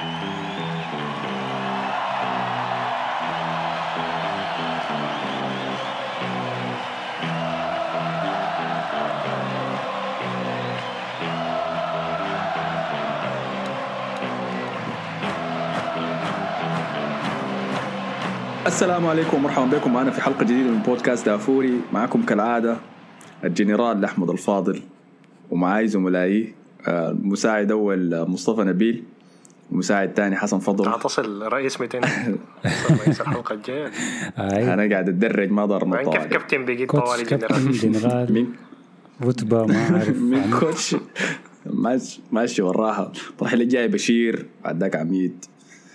السلام عليكم ومرحبا بكم معنا في حلقة جديدة من بودكاست دافوري. معكم كالعادة الجنرال أحمد الفاضل، ومعاي زملائي مساعد أول مصطفى نبيل، ومساعد تاني حسن فضل. هتصل رئيس 200 رئيس الحلقة الجاية. أنا قاعد أتدرج ما ضار مطالع. كيف كابتن بيجي طوالي جنرال من رتبة ما أعرف من كوتش ماشي وراها. طرح اللي جاي بشير بعدك عميد.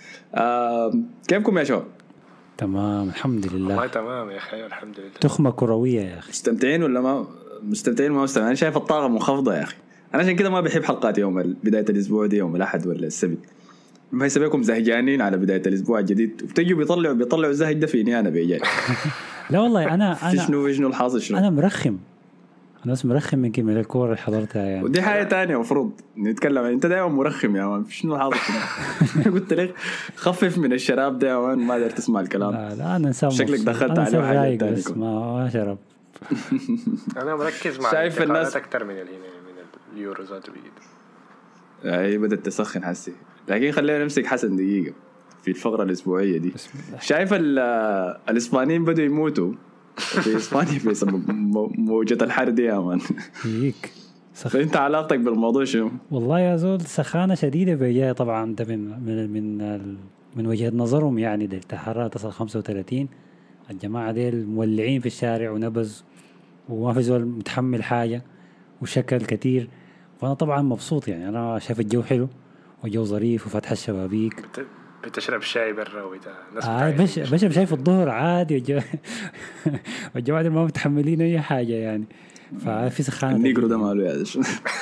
كيفكم يا شباب؟ تمام الحمد لله. والله تمام يا أخي الحمد لله. تخمة كروية يا أخي. مستمتعين ولا ما مستمتعين؟ ما مستمتعين. أنا شايف الطاقة منخفضة يا أخي. أنا عشان كده ما بحب حلقات يوم بداية الأسبوع دي، يوم الأحد ولا السبت. ما يسبيكم زهجانين على بداية الأسبوع الجديد وبتجوا بيطلعوا الزهج ده فيني أنا بيجي. لا والله أنا شنو الحاصل شنو؟ أنا مرخم. أنا بس مرخم من كمية الكورة اللي حضرتها يعني. ودي حاجة تانية مفروض نتكلم. أنت دائما مرخم يا مان. شنو الحاصل شنو؟ قلت لك خفف من الشراب ده يا مان، ما قدرت تسمع الكلام. لا أنا إنسان شكلك دخلت عليه حاجة تانية. بس ما شرب. أنا مركز مع شايف الناس أكتر من اليورو ذات بيجي. أي بدأت تسخن حسي، لكن خلينا نمسك حسن دقيقة في الفقرة الأسبوعية دي. شايف الإسبانيين بدوا يموتوا في إسبانيا بسبب موجة الحر دي يا مان. هيك. فأنت علاقتك بالموضوع شنو؟ والله يا زول سخانة شديدة بيجي طبعا. ده من وجهة نظرهم يعني ده الحرارة تصل 35. الجماعة دي مولعين في الشارع ونبز، وما في زول متحمل حاجة وشكل كتير. فأنا طبعا مبسوط يعني. أنا شايف الجو حلو والجو ظريف وفتح الشبابيك. بتشرب شاي برا وده بشرب شاي في الظهر عادي. والجماعة دي ما متحملين أي حاجة يعني. ففي سخانة. النيجرو ده ماله يا شو؟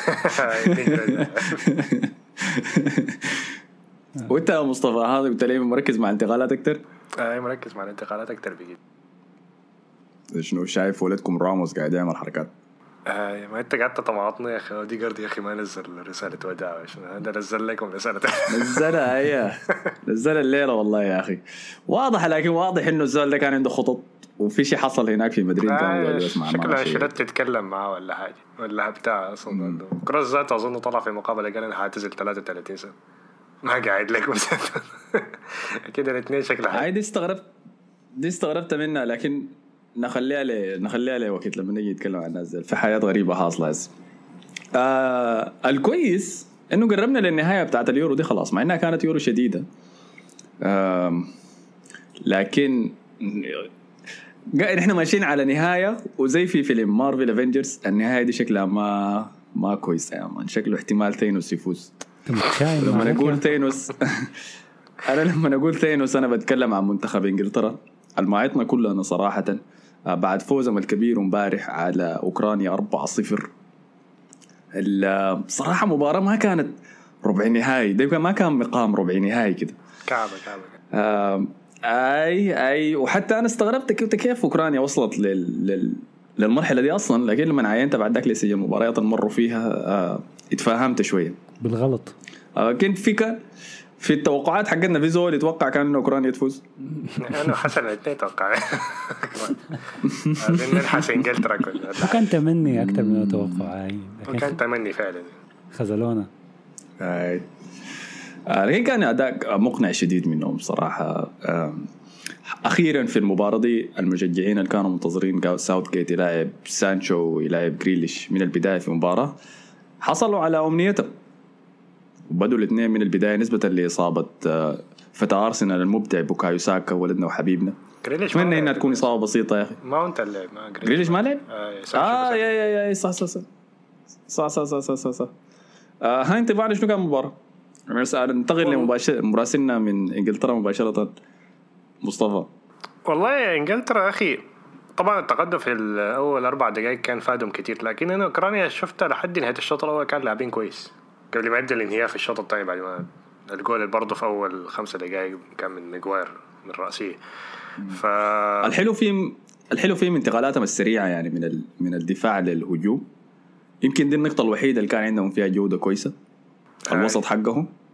وانت يا مصطفى هذا قلت لي مركز مع انتقالات اكتر؟ مركز مع الانتقالات اكتر بجد. شنو شايف ولدكم راموس قاعد يعمل حركات؟ ما انت قعدت طمعتني يا اخي. دي قرد يا اخي ما نزل رسالة وداع. انا نزل لكم رسالة نزلها هي نزل الليلة والله يا اخي. واضح، لكن واضح انه الزول ده كان عنده خطط وفي شيء حصل هناك في مدريد. شكله شرط تتكلم معاه ولا حاجة ولا بتاع اصلا. كروس ذات اظن طلع في مقابلة قال انا هعتزل 33 سنة ما قاعد لك كده الاثنين شكلها هاي. دي استغربت منها، لكن نخليها له وقت لما نيجي نتكلم عن الناس في حياة غريبة حاصلة. الكويس انه قربنا للنهاية بتاعت اليورو دي خلاص، مع انها كانت يورو شديدة. لكن احنا ماشيين على نهاية، وزي في فيلم مارفل افنجرز النهاية دي شكلها ما كويس يا مان. شكله احتمال ثينوس يفوز. لما نقول ثينوس لما نقول ثينوس أنا بتكلم عن منتخب إنجلترا المعيطنا كلنا صراحة بعد فوزهم الكبير امبارح على أوكرانيا 4-0. الصراحة مباراة ما كانت ربع نهائي، ده ما كان مقام ربع نهائي كده. كعبة أي وحتى أنا استغربت كيف أوكرانيا وصلت للمرحلة دي أصلا. لكن لما عينت بعد ذاك لسه المباريات المروا فيها اتفاهمت شوية بالغلط. كنت في التوقعات حقنا في زول يتوقع كان إنه أوكرانيا تفوز. أنا حسن الاثنين توقع لأن الحس إنجلترا كلها. وكان تمني أكتر من التوقع. وكان تمني فعلا. خذلونا. لكن كان أداء مقنع شديد منهم صراحة. أخيرا في المباراة دي المشجعين اللي كانوا منتظرين ساوثجيت يلاعب سانشو ويلاعب جريليش من البداية في المباراة حصلوا على أمنيتهم، وبدوا الاثنين من البداية نسبة لإصابة فتى أرسنال المبدع بوكايو ساكا ولدنا وحبيبنا. أتمنى إنها تكون إصابة بسيطة يا أخي. ما أنت اللي ما جريليش ما لعب؟ يا صح. هاي انطباعنا شنو كان المباراة؟ ننتقل لمراسلنا من إنجلترا مباشرة مصطفى. والله إنجلترا أخي طبعا التقدم في الأول 4 دقائق كان فادهم كتير، لكن أنا أوكرانيا شفتها لحد نهاية الشوط الأول كان لاعبين كويس قبل ما يبدأ الانهيار في الشوط الثاني. بعد ما الجول اللي برضه في أول 5 دقائق كان من ميغواير من رأسية. الحلو فيه من انتقالاتهم السريعة يعني من الدفاع للهجوم. يمكن دي النقطة الوحيدة اللي كان عندهم فيها جودة كويسة. الوسط حقهم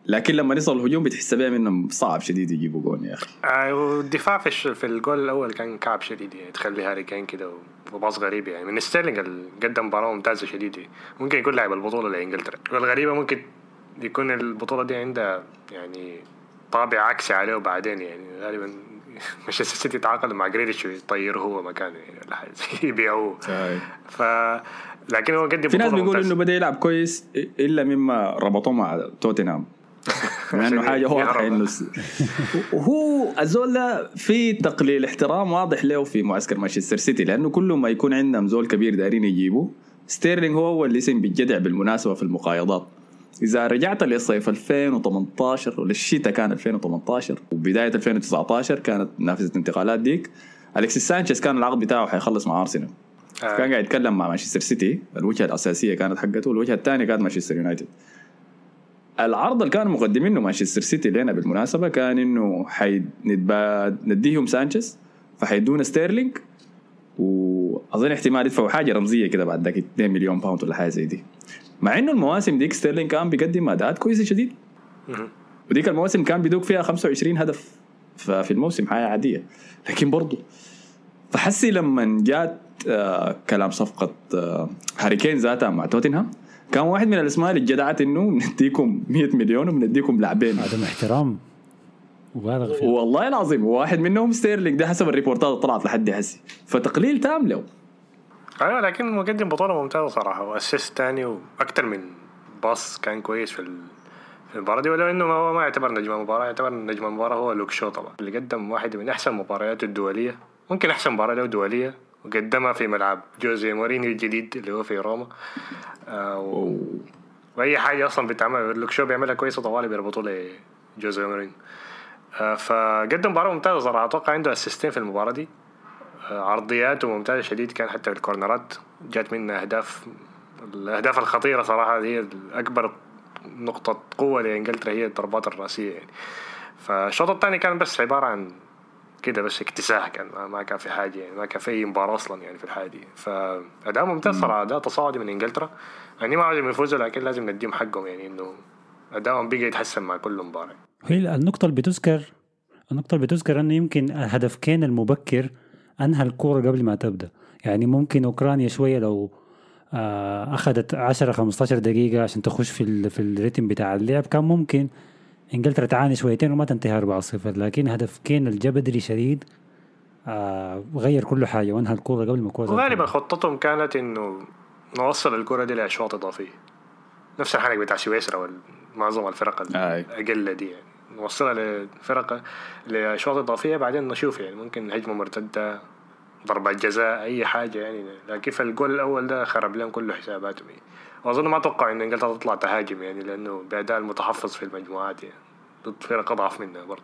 لكن لما يصل الهجوم بتحس بها منهم صعب شديد يجيبوا جون يا اخي. والدفاع في الجول الاول كان كعب شديد يعني، تخلي هاري كين كده وباص غريب يعني من ستيرلينج اللي قدم مباراه ممتازه شديد. ممكن يكون لاعب البطوله لانجلترا. والغريبه ممكن يكون البطوله دي عندها يعني طابع عكسي عليه بعدين يعني غالبا مانشستر سيتي تعاقد مع جريليش يطير هو مكانه يعني ولا حاجه يبيعوه. لكن هو قدم في ناس بيقولوا انه بدا يلعب كويس الا مما ربطوه مع توتنهام لانه حاجه واضحه انه وهو الزول في تقليل احترام واضح له في معسكر مانشستر سيتي، لانه كل ما يكون عندهم زول كبير دارين يجيبه. ستيرلينج هو اللي اسم بالجدع بالمناسبه في المقايضات. إذا رجعت لصيف 2018 ولا الشتاء كان 2018 وبداية 2019 كانت نافذة انتقالات ديك، أليكسيس سانشيز كان العقد بتاعه حيخلص مع أرسنال. كان قاعد يتكلم مع مانشستر سيتي، الوجهة الأساسية كانت حقته، والوجهة الثانية كانت مانشستر يونايتد. العرض اللي كانوا مقدمينه مانشستر سيتي لنا بالمناسبة كان إنه نديهم سانشيز فحيدونا ستيرلينج، وأظن احتمال يدفعوا حاجة رمزية كده بعد ذاك 2 مليون باوند ولا حاجة زي دي. مع انه المواسم ديك ستيرلينج كان بيقدم اداءات كويسه شديد، وديك المواسم كان بيدوق فيها 25 هدف في الموسم، حاجه عاديه. لكن برضو فحسي لما جات كلام صفقه هاري كين ذاتها مع توتنهام كان واحد من الاسماء الجدعات انه بنديكم 100 مليون وبنديكم لاعبين. هذا احترام مبالغ فيه والله العظيم. واحد منهم ستيرلينج ده حسب الريبورتات اللي طلعت لحد هسي، فتقليل تام له. ايوه لكن مقدم بطوله ممتازه صراحه، واسيست تاني واكثر من باص كان كويس في المباراه دي. ولو انه هو ما يعتبر نجم المباراه، يعتبر نجم المباراه هو لوك شو طبعا، اللي قدم واحد من احسن مبارياته الدوليه، ممكن احسن مباراه له دوليه، وقدمها في ملعب جوزيه مورينيو الجديد اللي هو في روما. واي حاجه اصلا بتعمل لوك شو بيعملها كويسه طوالي بيربطوا له جوزيه مورينيو. فقدم مباراه ممتازه صراحه. اتوقع عنده اسيستين في المباراه دي، عرضياته ممتازة شديد، كان حتى الكورنرات جات منها أهداف. الأهداف الخطيرة صراحة هي أكبر نقطة قوة لإنجلترا هي الضربات الرأسية يعني. فالشوط الثاني كان بس عبارة عن كده بس اكتساح، كان ما كان في حاجة يعني، ما كان في أي مباراة أصلا يعني في الحاجة دي. فأداء ممتاز صراحة، أداء تصاعدي من إنجلترا يعني. ما عاوزهم يفوزوا لكن لازم نديهم حقهم يعني، إنه أداءهم بيجي يتحسن مع كل مباراة. هي النقطة اللي بتذكر أنه يمكن هدف كين المبكر أنهى الكورة قبل ما تبدأ يعني. ممكن أوكرانيا شوية لو أخذت 10-15 دقيقة عشان تخش في الريتم بتاع اللعب، كان ممكن إنجلترا تعاني شويتين وما تنتهي 4-0. لكن هدف كين الجبدري شديد غير كل حاجة وانهى الكورة قبل ما الكورة. وغالبا خطتهم كانت إنه نوصل الكورة دي لأشواط إضافية، نفس الحركة بتاع سويسرا ومعظم الفرق الأقل دي يعني، نوصلها لفرق لأشواط إضافية بعدين نشوف يعني، ممكن هجمة مرتدة، ضربة جزاء، أي حاجة يعني. لكن في الجول الأول ده خرب لهم كل حساباتهم يعني. وأظن ما أتوقع إن إنجلترا تطلع تهاجم يعني، لأنه بأداء المتحفظ في المجموعات يعني ضد فرق أضعف منها برضو.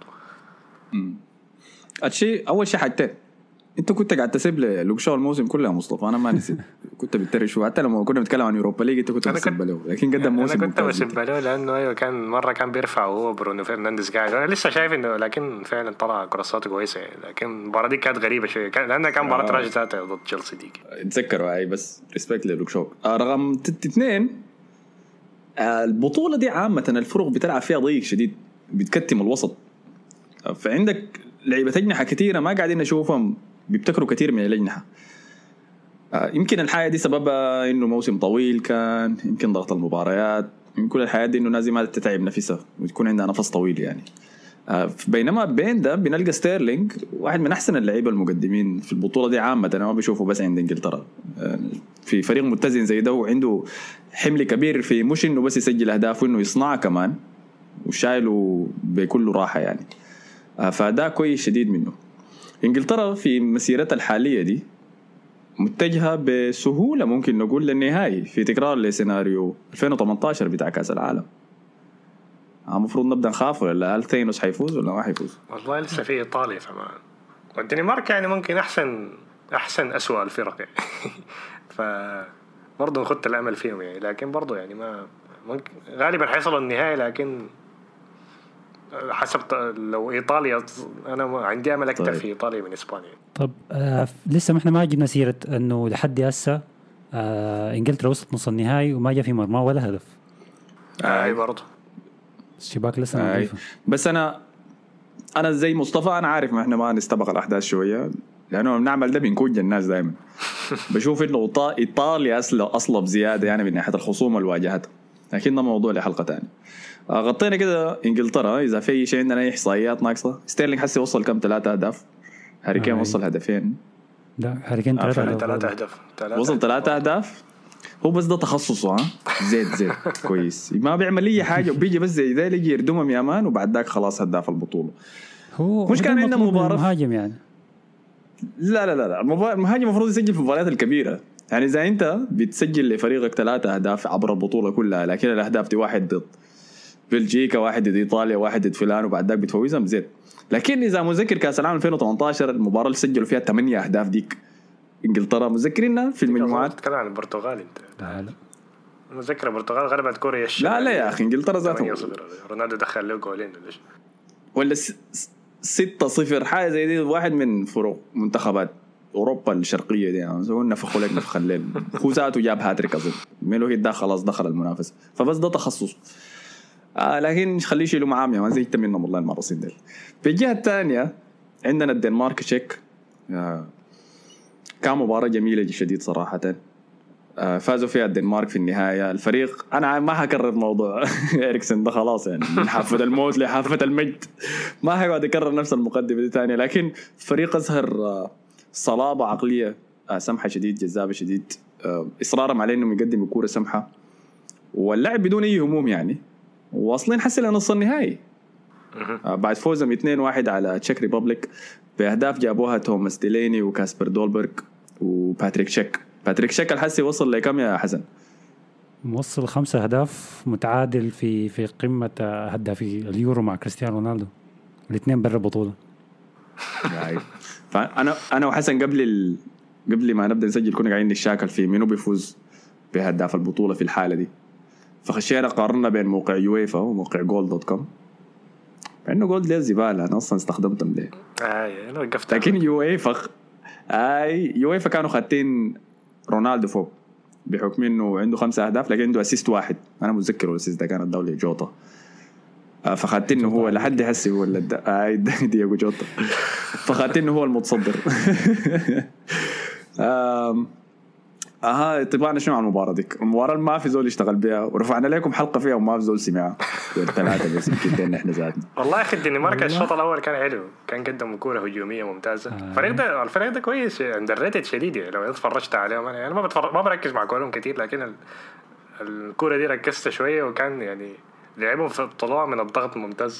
أول شيء حاجتين، انت كنت قاعد تسيب لوك شو الموسم كله يا مصطفى، انا ما نسيت. كنت بترش، وحتى لما كنا بنتكلم عن يوروبا ليج انت كنت بتسيب له، لكن قدم موسم. انا كنت بسيب له لانه ايوه كان مره كان بيرفع وهو برونو فرنانديز قاعد، انا لسه شايف انه لكن فعلا طلع كراساته كويسه يعني. لكن المباراه دي كانت غريبه شويه، لانها كان مباراه راجع ذاتها ضد تشيلسي ديك. اتذكروا هاي بس ريسبكت للوك شو. رقم 2 البطوله دي عامه الفرق بتلعب فيها ضيق شديد، بتكتم الوسط، فعندك لعيبه اجنحه كثيره ما قاعدين نشوفهم بيبتكروا كثير من الأجنحة. يمكن الحياة دي سببها إنه موسم طويل، كان يمكن ضغط المباريات، يمكن كل الحياة دي إنه نازي ما تتعب نفسها وتكون عندها نفس طويل يعني. بينما بين ده بنلقى ستيرلينج واحد من أحسن اللعيبة المقدمين في البطولة دي عامة. أنا ما بشوفه بس عند إنجلترا، في فريق متزن زي ده وعنده حمل كبير في مش إنه بس يسجل أهداف وإنه يصنعها كمان، وشايله بكل راحة يعني. فده كويس شديد منه. إنجلترا في مسيرتها الحالية دي متجهة بسهولة ممكن نقول للنهائي، في تكرار لسيناريو 2018 بتاع كأس العالم. المفروض نبدأ نخاف ولا هل ثينوس حيفوز ولا ما حيفوز؟ والله لسه في إيطاليا فما، والدنمارك يعني ممكن أحسن أسوأ الفرق يعني. فبرضه نخط الأمل فيهم يعني، لكن برضه يعني ما ممكن غالبا حيصلوا النهائي. لكن حسب لو إيطاليا، أنا عندي أمل أكتر في إيطاليا من إسبانيا. طب لسه ما إحنا ما جبنا سيرة إنه لحد هسه إنجلترا وصلت نص النهائي وما جاء في مرمى ولا هدف. أي برضه الشباك لسه نظيفة. بس انا زي مصطفى، انا عارف ما احنا ما نستبق الاحداث شويه لانه بنعمل ده بنكوج الناس دائما. بشوف انه ايطاليا اصلب زياده يعني من ناحيه الخصوم الواجهتها، لكن ده موضوع لحلقه ثانيه. غطينا كده انجلترا. اذا في شيء عندنا اي احصائيات ناقصه، ستيرلينج حسي وصل كم 3 اهداف، هاري كين وصل هدفين. لا هاري كين 3 أهداف وصل 3 اهداف. هو بس ده تخصصه زيد كويس، ما بيعمل اي حاجه وبيجي بس زي ذا يجي يردمهم يا مان وبعد ذاك خلاص هداف البطوله. هو مش كان عندنا مباراه مهاجم يعني. لا المهاجم المفروض يسجل في المباريات الكبيره. يعني اذا انت بتسجل لفريقك 3 اهداف عبر البطوله كلها، لكن الاهداف دي واحد ضد بلجيكا، واحد ضد ايطاليا، واحد ضد فلان، وبعد ذاك بتفوزهم زيد. لكن اذا مذكر كاس العالم 2018 المباراه اللي سجلوا فيها 8 اهداف ديك انجلترا، مذكريننا في المجموعات. تتكلم عن البرتغال انت؟ لا مذكر البرتغال غلبت كوريا الشمالية. لا يا اخي انجلترا ذاتهم رونالدو دخل له جولين ولا 6-0 حاجه زي دي. واحد من فروق منتخبات اوروبا الشرقيه دي يعني قلنا نفخوا لك نفخ الليل. خوزاته جاب هاتريك اظن، ميلو هيدا خلاص دخل المنافسه، فبس ده تخصص. لكن خليه يشيلوا معاه ما زي منهم والله المرسين دي. في الجهه الثانيه عندنا الدنمارك تشيك. كان مباراه جميله شديد صراحه. فازوا فيها الدنمارك في النهايه. الفريق انا ما هكرر موضوع إريكسن ده خلاص يعني من حافه الموت لحافه المجد، ما هيقعد يكرر نفس المقدمه دي ثانيه. لكن فريق اظهر صلابه عقليه سمحه شديد، جذابه شديد، اصرارهم على انهم يقدموا كوره سمحه واللعب بدون اي هموم يعني. واصلين حسن لنص النهائي بعد فوزهم 2-1 على تشيك ريبابليك باهداف جابوها توماس ديليني وكاسبر دولبرغ وباتريك شيك. باتريك شيك الحسي وصل لكم يا حسن؟ موصل 5 أهداف، متعادل في قمة هدافي اليورو مع كريستيانو رونالدو، الاثنين برا البطولة. فأنا وحسن قبل ما نبدأ نسجل كنا قاعدين نتشاكل في منو بيفوز بهداف البطولة في الحالة دي. فخشينا قارنا بين موقع يويفا وموقع goal.com، لأنه جولد ليه زبالة، أنا أصلا استخدمتهم ليه. أنا وقفت. لكن يويفا كانوا خاتين رونالدو فوق بحكم انه عنده 5 اهداف، لكن عنده اسيست واحد. انا متذكر الاسيست ده كان الدولة جوطة، فخاتين انه هو لحد حسي هو اللي دياغو جوطة، فخاتين انه هو المتصدر. طبعا شنو عن المباراة ديك؟ المباراة ما في زول يشتغل بها ورفعنا لكم حلقة فيها وما في زول سمعها 3 بس يمكن احنا ذاتنا. والله اخي الدنمارك الشوط الاول كان حلو، كان قدم كورة هجومية ممتازة. الفريق ده كويس، اندرريتد شديد يعني. لو اتفرجت عليهم انا يعني ما بركز مع كورهم كتير، لكن الكورة دي ركزت شوية وكان يعني لعبهم في طلوع من الضغط ممتاز.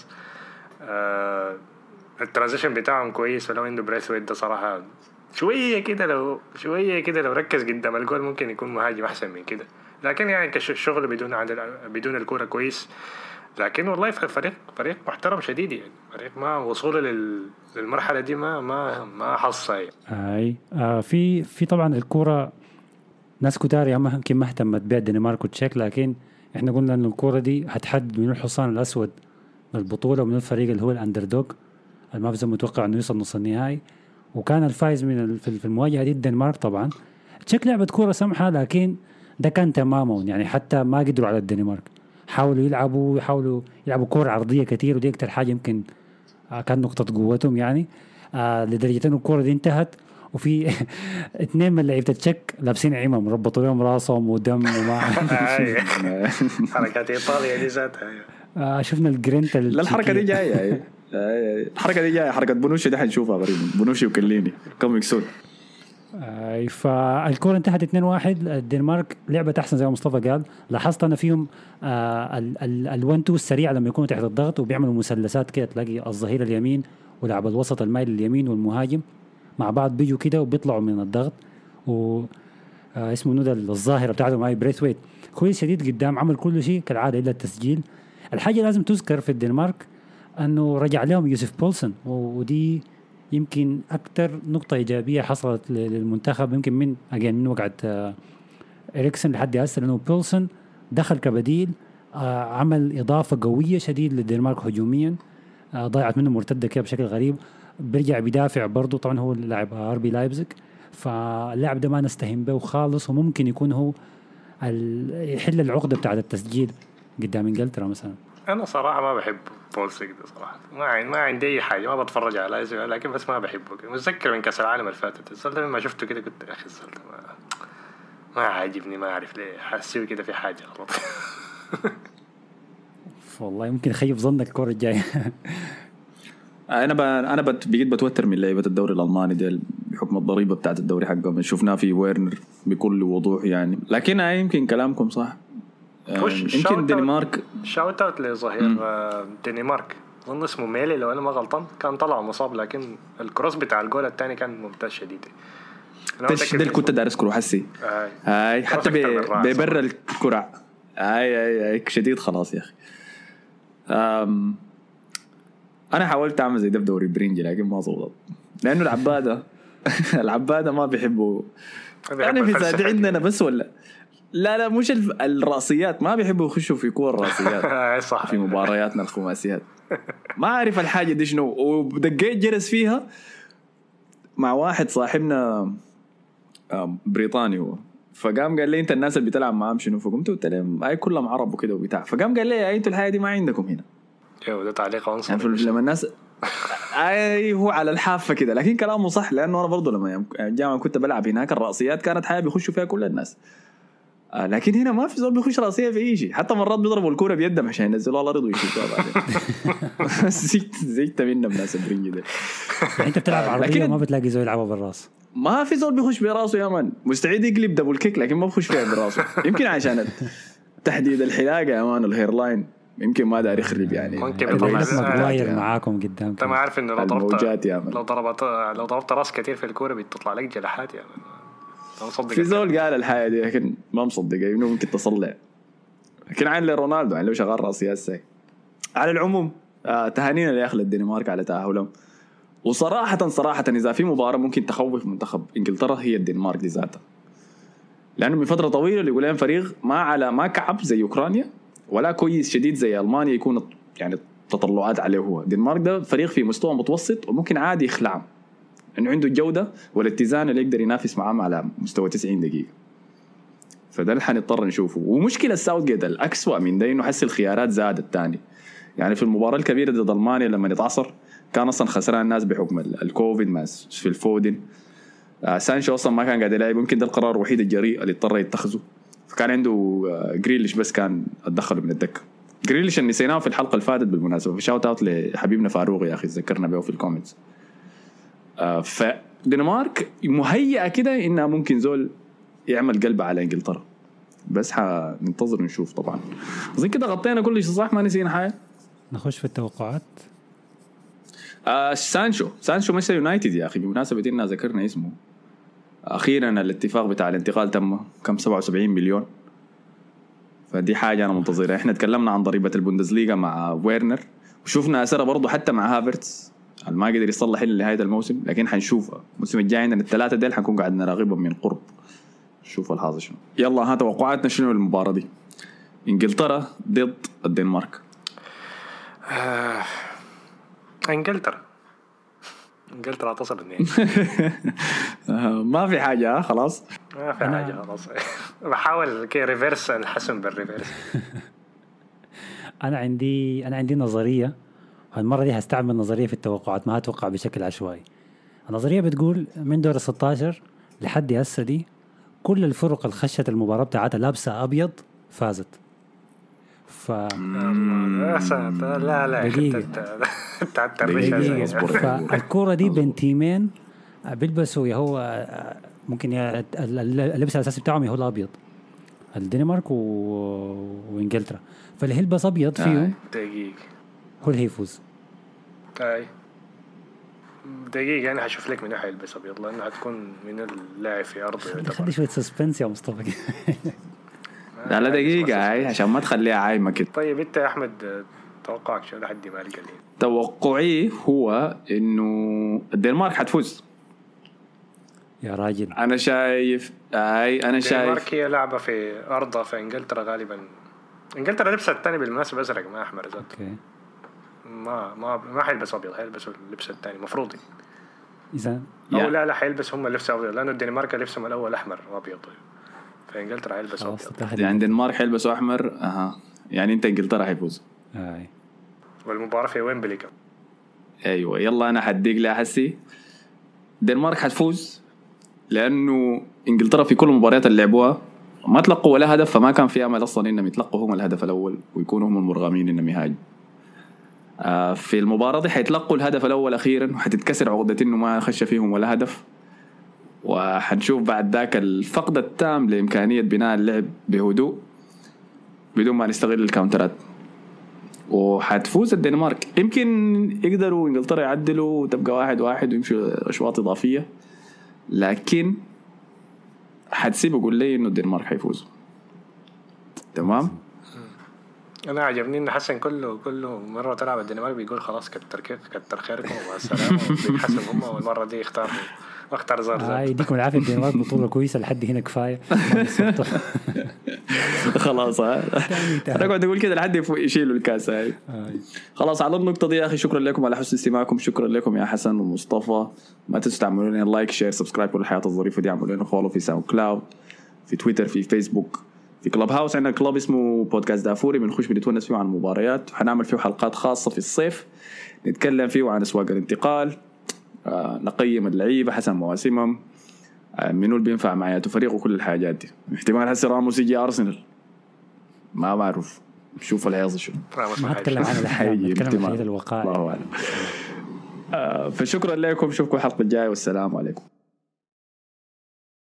الترانزيشن بتاعهم كويس، ولو عنده بريثويت ده صراحة شوية كده لو ركز قدام الجول ممكن يكون مهاجم أحسن من كده. لكن يعني كشغل بدون الكرة كويس. لكن والله فريق محترم شديد يعني. فريق ما وصوله للمرحلة دي ما حصة يعني. في طبعا الكرة ناس كتار يعني يمكن ما اهتمت بها الدنمارك وتشيك، لكن احنا قلنا ان الكرة دي هتحدد من الحصان الأسود البطولة ومن الفريق اللي هو الأندردوغ المفروض متوقع انه يوصل نص النهائي. وكان الفائز في المواجهة دي الدنمارك. طبعا تشيك لعبت كورة سمحة، لكن ده كان تماما يعني حتى ما قدروا على الدنمارك. حاولوا يلعبوا كورة عرضية كتير، ودي أكتر حاجة يمكن كان نقطة قوتهم يعني. لدرجة أن الكورة دي انتهت وفي 2 من لعيبة تشيك لابسين عمام ربطوا لهم راسهم ودم وما حركات إيطاليا دي ذاتها. شفنا الجرينتا الحركة دي جاية. الحركة دي جاية حركة بونوشي دي حنشوفها قريبا. بونوشي وكليني كوميك سون. فالكورة انتهت 2-1. الدنمارك لعبت أحسن زي ما مصطفى قال. لاحظت أنا فيهم ال1-2 السريع لما يكونوا تحت الضغط وبيعملوا مثلثات كده، تلاقي الظهير اليمين ولاعب الوسط المايل اليمين والمهاجم مع بعض بيجوا كده وبيطلعوا من الضغط. اسمه نودا الظاهرة بتاعته معي بريثويت كويس شديد قدام، عمل كل شيء كالعادة إلا التسجيل. الحاجة لازم تذكر في الدنمارك أنه رجع لهم يوسف بولسن، ودي يمكن أكتر نقطة إيجابية حصلت للمنتخب يمكن من وقعت إريكسن لحد هسه، لأنه بولسن دخل كبديل، عمل إضافة قوية شديد للدنمارك هجوميا. ضيعت منه مرتدة كده بشكل غريب، بيرجع بيدافع برضو. طبعا هو لاعب RB لايبزيغ، فاللاعب ده ما نستهين به خالص، وممكن يكون هو يحل العقدة بتاعت التسجيل قدام إنجلترا مثلا. انا صراحه ما بحب بولسيك ده صراحه، ما عندي اي حاجه، ما بتفرج على لكن بس ما بحبه. متذكر من كاس العالم اللي فاتت الزلمه لما شفته كده قلت يا اخي الزلمه ما عاجبني، ما اعرف ليه، حاسس كده في حاجه غلط. والله ممكن يخيب ظنك الكورة الجاية. انا بقيت بتوتر من لعيبه الدوري الالماني ديل بحكم الضريبه بتاعت الدوري حقهم، شفناه في ويرنر بكل وضوح يعني. لكن يمكن كلامكم صح. يمكن الدنمارك شاوت اوت لظهير الدنمارك اظن اسمه ميلي لو انا ما غلطان، كان طلع مصاب لكن الكروس بتاع الجول الثاني كان ممتاز شديد. ده كنت دارس كرة حسي هاي حتى بيبرر الكرة هاي شديد خلاص يا اخي. انا حاولت اعمل زي ده في دوري برينجي لكن ما صوت لانه العباده ما بيحبوا. انا في زاد عندنا بس ولا لا مش الرأسيات ما بيحبوا يخشوا في كور الرأسيات في مبارياتنا الخماسيات. ما اعرف الحاجه دي شنو، ودقيت جرس فيها مع واحد صاحبنا بريطاني هو، فقام قال لي انت الناس اللي بتلعب معاهم شنو؟ فقمت قلت له اي كلهم عرب وكده وبتاع. فقام قال لي انتوا الحاجه دي ما عندكم هنا. ايوه ده تعليق عنصري يعني لما الناس هو على الحافه كده، لكن كلامه صح لانه انا برضو لما الجامعه كنت بلعب هناك الرأسيات كانت حاجه بيخشوا فيها كل الناس. لكن هنا ما في زول بيخش رأسيه في اي شيء، حتى مرات بيضربوا الكوره بيدهم عشان ينزلوها على الارض ويشوفوها بعدين. زيت منا الناس البرنج ده. يعني انت بتلعب عرضيه ما بتلاقي زول يلعبها بالراس، ما في زول بيخش براسه يا مان، مستعد يقلب دبل كيك لكن ما بيخش فيها براسه. يمكن عشان تحديد الحلاقه يا مان الهير لاين يمكن ما داري يخرب يعني. ممكن مغواير معاكم قدام. انت ما عارف انه لو ضربت راس كثير في الكوره بتطلع لك جلحات يا مان. في زول قال الحاجه دي لكن ما مصدق انه ممكن تصلع. لكن عين لرونالدو يعني لو شغال راسي هسه. على العموم تهانينا يا اخي الدنمارك على تاهلهم. وصراحه اذا في مباراه ممكن تخوف منتخب انجلترا هي الدنمارك دي ذاتها، لانه من فتره طويله اللي يقولين فريق ما كعب زي اوكرانيا ولا كويس شديد زي المانيا يكون يعني تطلعات عليه. هو الدنمارك ده فريق في مستوى متوسط وممكن عادي يخلعهم انه عنده الجوده والاتزان اللي يقدر ينافس معهم على مستوى 90 دقيقه. فده اللي حنضطر نشوفه. ومشكله الساوث جيت الأسوأ من ده انه حس الخيارات زادت تاني. يعني في المباراه الكبيره ضد المانيا لما نتعصر كان اصلا خسران الناس بحكم الكوفيد ما في الفودن. سانشو اصلا ما كان قاعد يلعب، يمكن ده القرار الوحيد الجريء اللي اضطر يتخذه. فكان عنده جريليش بس كان اتدخل من الدكه. جريليش اللي نسيناه في الحلقه اللي فاتت بالمناسبه، في شاوت اوت لحبيبنا فاروق يا اخي ذكرنا به في الكومنتس. فدنمارك مهيئه كده انها ممكن زول يعمل قلب على انجلترا، بس حننتظر نشوف. طبعا زي كده غطينا كل شيء صح، ما نسينا حاجه. نخش في التوقعات. سانشو مشى يونايتد يا اخي بمناسبه اننا ذكرنا اسمه. اخيرا الاتفاق بتاع الانتقال تم، كم 77 مليون. فدي حاجه انا منتظرها. احنا تكلمنا عن ضريبه البوندسليغا مع ويرنر وشوفنا اثرها برضو حتى مع هافرتس ما قدر يصلح إلا لنهايه الموسم، لكن حنشوفها الموسم الجاي عندنا الثلاثه ديل حنكون قاعد نراقبهم من قرب. شوف الحاصل شنو. يلا ها توقعاتنا شنو المباراه دي؟ انجلترا ضد الدنمارك. انجلترا تصل النهائي. ما في حاجه خلاص. ما في حاجه خلاص. بحاول كي ريفيرس الحسم بالريفيرس. انا عندي نظريه. المره دي هستعمل نظريه في التوقعات، ما هتوقع بشكل عشوائي. النظريه بتقول من دور 16 لحد هسه دي كل الفرق اللي خشت المباراه بتاعتها لابسه ابيض فازت. لا الكوره دي بين تيمين بيلبسوا هو ممكن اللبس الاساسي بتاعهم هو الابيض، الدنمارك وانجلترا. فاللي هيلبس ابيض فيهم هو اللي هيفوز. دقيقة أنا هشوف لك من ناحية يلبس أبيض لأنه هتكون من اللاعب في أرضه. خلي شوية سسبنس يا مصطفى. لا دقيقة هاي عشان ما تخليها عايمة كده. طيب أنت يا أحمد توقعك شو لحد ما القليل؟ توقعي هو إنه الدنمارك حتفوز يا راجل. أنا شايف الدنمارك هي لعبة في أرضها في إنجلترا غالبا. إنجلترا لبسها الثاني بالمناسبة أزرق ما أحمر ذات. ما حيلبس أبيض، حيلبسوا اللبس الثاني مفروض. إذا أو لا حيلبس هم اللبس أبيض لأنه الدنمارك لبسهم الأول أحمر وأبيض. في إنجلترا حيلبس أبيض. يعني الدنمارك حيلبسوا أحمر. يعني أنت إنجلترا حيفوز. والمباراة في ويمبلي كم. ايوه يلا انا حديك لها حسي الدنمارك حتفوز لانه انجلترا في كل المباريات اللي لعبوها ما تلقوا ولا هدف فما كان في امل اصلا انهم يتلقوا هم الهدف الاول ويكونوا هم المرغمين انهم يهاجموا. في المباراة دي حيتلقوا الهدف الاول اخيرا وحتتكسر عقدة انه ما خش فيهم ولا هدف وحنشوف بعد ذاك الفقد التام لامكانية بناء اللعب بهدوء بدون ما نستغل الكاونترات وحتفوز الدنمارك. يمكن يقدروا انجلترا يعدلوا وتبقى 1-1 ويمشوا اشواط اضافيه لكن حتسيب اقول لي انه الدنمارك حيفوزوا. تمام. انا عجبني ان حسن كله مره تلعب الدنمارك بيقول خلاص كتر خيركم ومع السلامه وبيحسب هم والمره دي اختار زار يديكم العافيه الدنمارك بطوله كويسه لحد هنا كفايه خلاص انا قاعد اقول كده لحد يشيلوا الكاس هاي. خلاص على النقطه دي يا اخي شكرا لكم على حسن استماعكم. شكرا لكم يا حسن ومصطفى. ما تنسوا تعملوا لنا لايك شير سبسكرايب كل الحياه الظريفه دي. اعملوا لنا فولو في ساوند كلاود في تويتر في فيسبوك في كلوب هاوس. عندنا كلوب اسمه بودكاست دافوري بنخش بنتونس فيه عن المباريات وحنعمل فيه حلقات خاصه في الصيف نتكلم فيه عن اسواق الانتقال نقيم اللعيبه حسب مواسمهم منو اللي بينفع معايا فريق وكل الحاجات دي. احتمال هسه راموس يجي ارسنال ما بعرف شوف الهيص شو ما اتكلم عن الحاجه نتكلم عن الوقائع. فشكرا لكم. اشوفكم الحلقه الجايه والسلام عليكم.